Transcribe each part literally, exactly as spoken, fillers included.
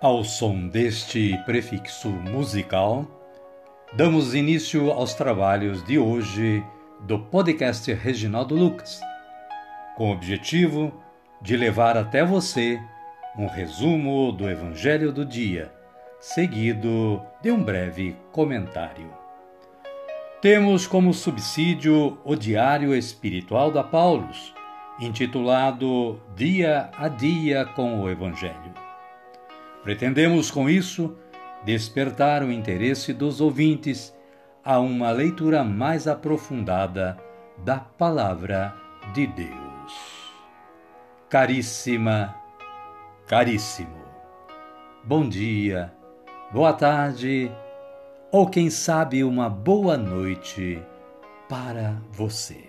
Ao som deste prefixo musical, damos início aos trabalhos de hoje do podcast Reginaldo Lucas, com o objetivo de levar até você um resumo do Evangelho do dia, seguido de um breve comentário. Temos como subsídio o Diário Espiritual da Paulus, intitulado Dia a Dia com o Evangelho. Pretendemos, com isso, despertar o interesse dos ouvintes a uma leitura mais aprofundada da Palavra de Deus. Caríssima, caríssimo, bom dia, boa tarde ou, quem sabe, uma boa noite para você.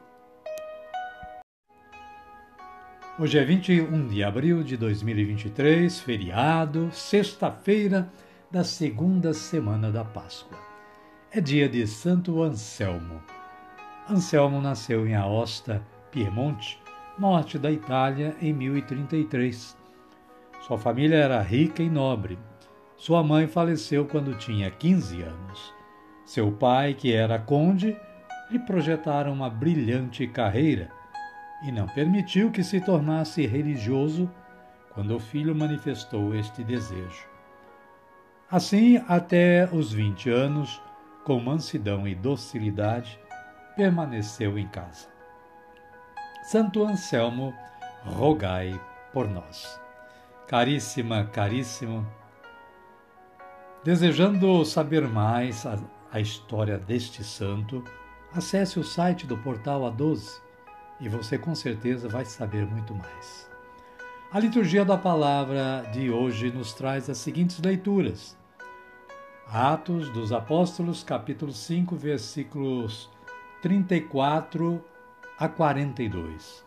Hoje é vinte e um de abril de dois mil e vinte e três, feriado, sexta-feira da segunda semana da Páscoa. É dia de Santo Anselmo. Anselmo nasceu em Aosta, Piemonte, norte da Itália, em mil e trinta e três. Sua família era rica e nobre. Sua mãe faleceu quando tinha quinze anos. Seu pai, que era conde, lhe projetaram uma brilhante carreira e não permitiu que se tornasse religioso quando o filho manifestou este desejo. Assim, até os vinte anos, com mansidão e docilidade, permaneceu em casa. Santo Anselmo, rogai por nós. Caríssima, caríssimo, desejando saber mais a, a história deste santo, acesse o site do Portal A doze e você com certeza vai saber muito mais. A liturgia da palavra de hoje nos traz as seguintes leituras. Atos dos Apóstolos, capítulo cinco, versículos trinta e quatro a quarenta e dois.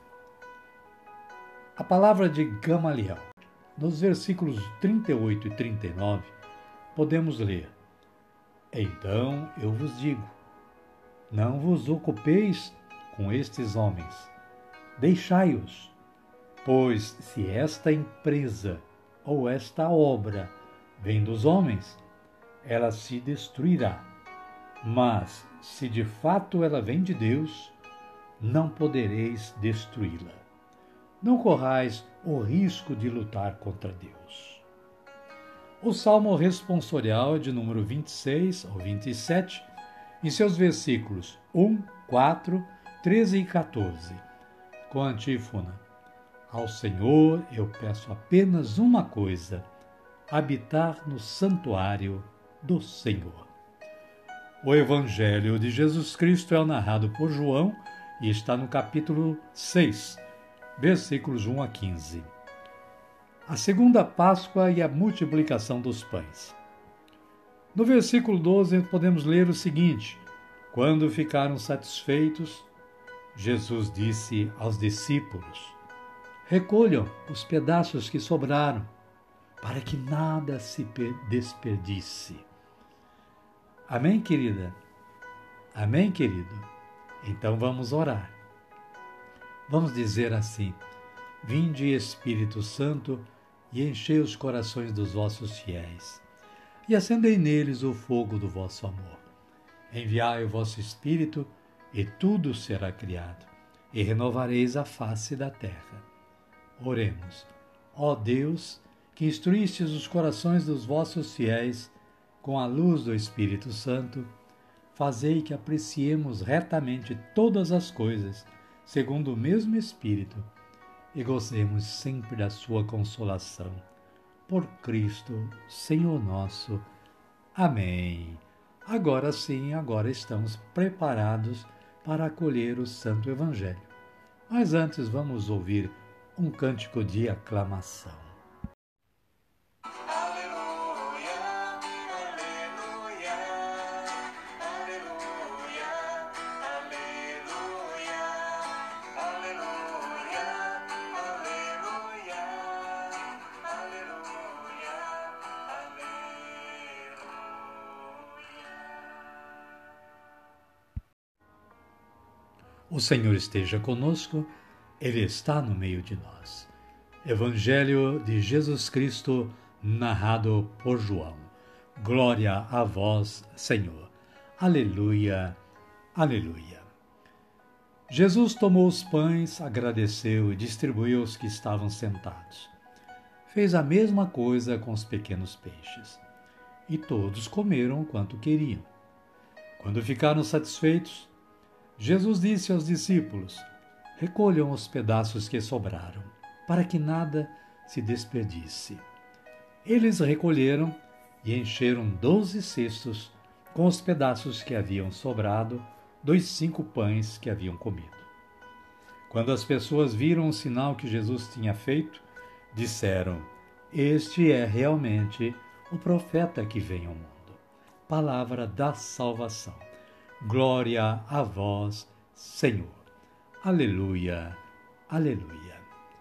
A palavra de Gamaliel. Nos versículos trinta e oito e trinta e nove, podemos ler: Então eu vos digo, não vos ocupeis com estes homens, deixai-os, pois se esta empresa ou esta obra vem dos homens, ela se destruirá, mas se de fato ela vem de Deus, não podereis destruí-la. Não corrais o risco de lutar contra Deus. O Salmo responsorial de número vinte e seis ao vinte e sete, em seus versículos um, quatro, treze e quatorze, com a antífona: Ao Senhor eu peço apenas uma coisa, habitar no santuário do Senhor. O Evangelho de Jesus Cristo é narrado por João e está no capítulo seis, versículos um a quinze. A segunda Páscoa e a multiplicação dos pães. No versículo doze podemos ler o seguinte: Quando ficaram satisfeitos, Jesus disse aos discípulos: Recolham os pedaços que sobraram, para que nada se desperdice. Amém, querida? Amém, querido? Então vamos orar. Vamos dizer assim: Vinde, Espírito Santo, e enchei os corações dos vossos fiéis, e acendei neles o fogo do vosso amor. Enviai o vosso Espírito, e tudo será criado, e renovareis a face da terra. Oremos. Ó Deus, que instruístes os corações dos vossos fiéis com a luz do Espírito Santo, fazei que apreciemos retamente todas as coisas, segundo o mesmo Espírito, e gozemos sempre da sua consolação. Por Cristo, Senhor nosso. Amém. Agora sim, agora estamos preparados para acolher o Santo Evangelho. Mas antes vamos ouvir um cântico de aclamação. O Senhor esteja conosco, Ele está no meio de nós. Evangelho de Jesus Cristo narrado por João. Glória a vós, Senhor. Aleluia, aleluia. Jesus tomou os pães, agradeceu e distribuiu aos que estavam sentados. Fez a mesma coisa com os pequenos peixes. E todos comeram quanto queriam. Quando ficaram satisfeitos, Jesus disse aos discípulos: recolham os pedaços que sobraram, para que nada se desperdice. Eles recolheram e encheram doze cestos com os pedaços que haviam sobrado dos cinco pães que haviam comido. Quando as pessoas viram o sinal que Jesus tinha feito, disseram: este é realmente o profeta que vem ao mundo. Palavra da salvação. Glória a vós, Senhor. Aleluia, aleluia.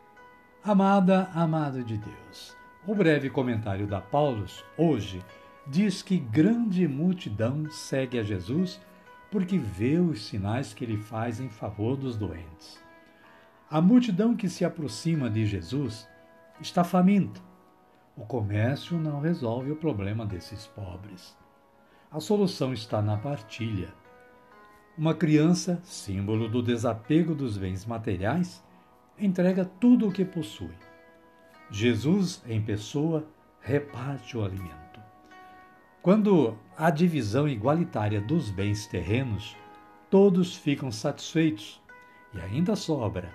Amada, amado de Deus, o breve comentário da Paulus, hoje, diz que grande multidão segue a Jesus porque vê os sinais que ele faz em favor dos doentes. A multidão que se aproxima de Jesus está faminta. O comércio não resolve o problema desses pobres. A solução está na partilha. Uma criança, símbolo do desapego dos bens materiais, entrega tudo o que possui. Jesus, em pessoa, reparte o alimento. Quando há divisão igualitária dos bens terrenos, todos ficam satisfeitos e ainda sobra.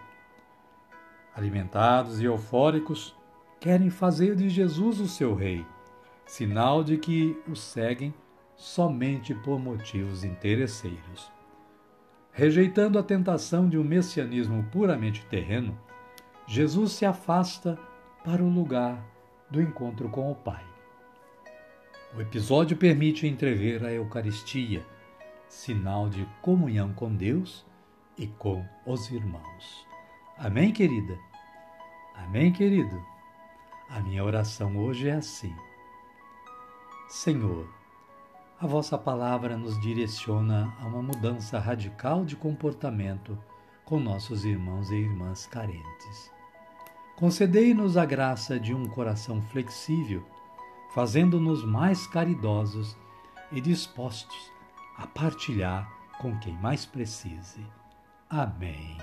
Alimentados e eufóricos, querem fazer de Jesus o seu rei, sinal de que o seguem somente por motivos interesseiros. Rejeitando a tentação de um messianismo puramente terreno, Jesus se afasta para o lugar do encontro com o Pai. O episódio permite entrever a Eucaristia, sinal de comunhão com Deus e com os irmãos. Amém, querida? Amém, querido? A minha oração hoje é assim: Senhor, a vossa palavra nos direciona a uma mudança radical de comportamento com nossos irmãos e irmãs carentes. Concedei-nos a graça de um coração flexível, fazendo-nos mais caridosos e dispostos a partilhar com quem mais precise. Amém.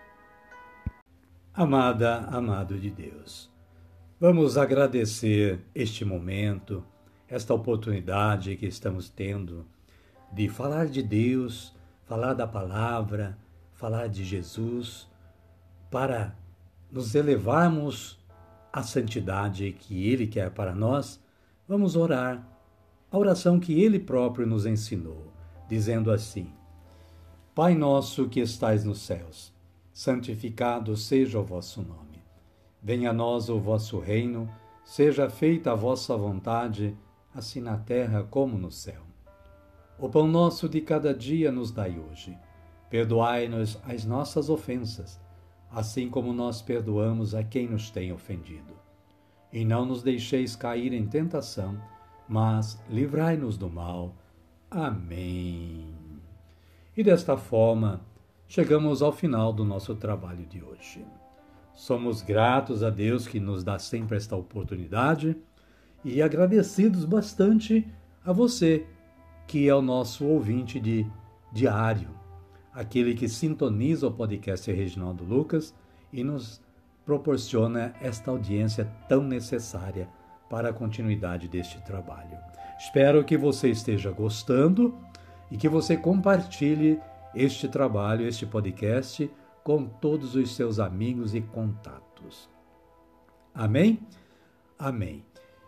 Amada, amado de Deus, vamos agradecer este momento, esta oportunidade que estamos tendo de falar de Deus, falar da palavra, falar de Jesus, para nos elevarmos à santidade que Ele quer para nós. Vamos orar a oração que Ele próprio nos ensinou, dizendo assim: Pai nosso que estais nos céus, santificado seja o vosso nome. Venha a nós o vosso reino, seja feita a vossa vontade, assim na terra como no céu. O pão nosso de cada dia nos dai hoje. Perdoai-nos as nossas ofensas, assim como nós perdoamos a quem nos tem ofendido. E não nos deixeis cair em tentação, mas livrai-nos do mal. Amém. E desta forma, chegamos ao final do nosso trabalho de hoje. Somos gratos a Deus que nos dá sempre esta oportunidade e agradecidos bastante a você, que é o nosso ouvinte de diário, aquele que sintoniza o podcast Reginaldo Lucas e nos proporciona esta audiência tão necessária para a continuidade deste trabalho. Espero que você esteja gostando e que você compartilhe este trabalho, este podcast, com todos os seus amigos e contatos. Amém? Amém.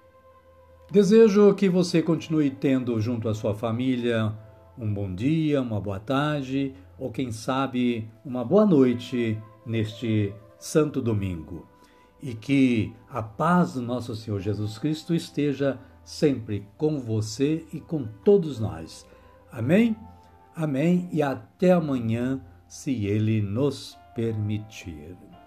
Desejo que você continue tendo junto à sua família um bom dia, uma boa tarde ou, quem sabe, uma boa noite neste Santo Domingo. E que a paz do nosso Senhor Jesus Cristo esteja sempre com você e com todos nós. Amém? Amém. E até amanhã, se Ele nos permitir.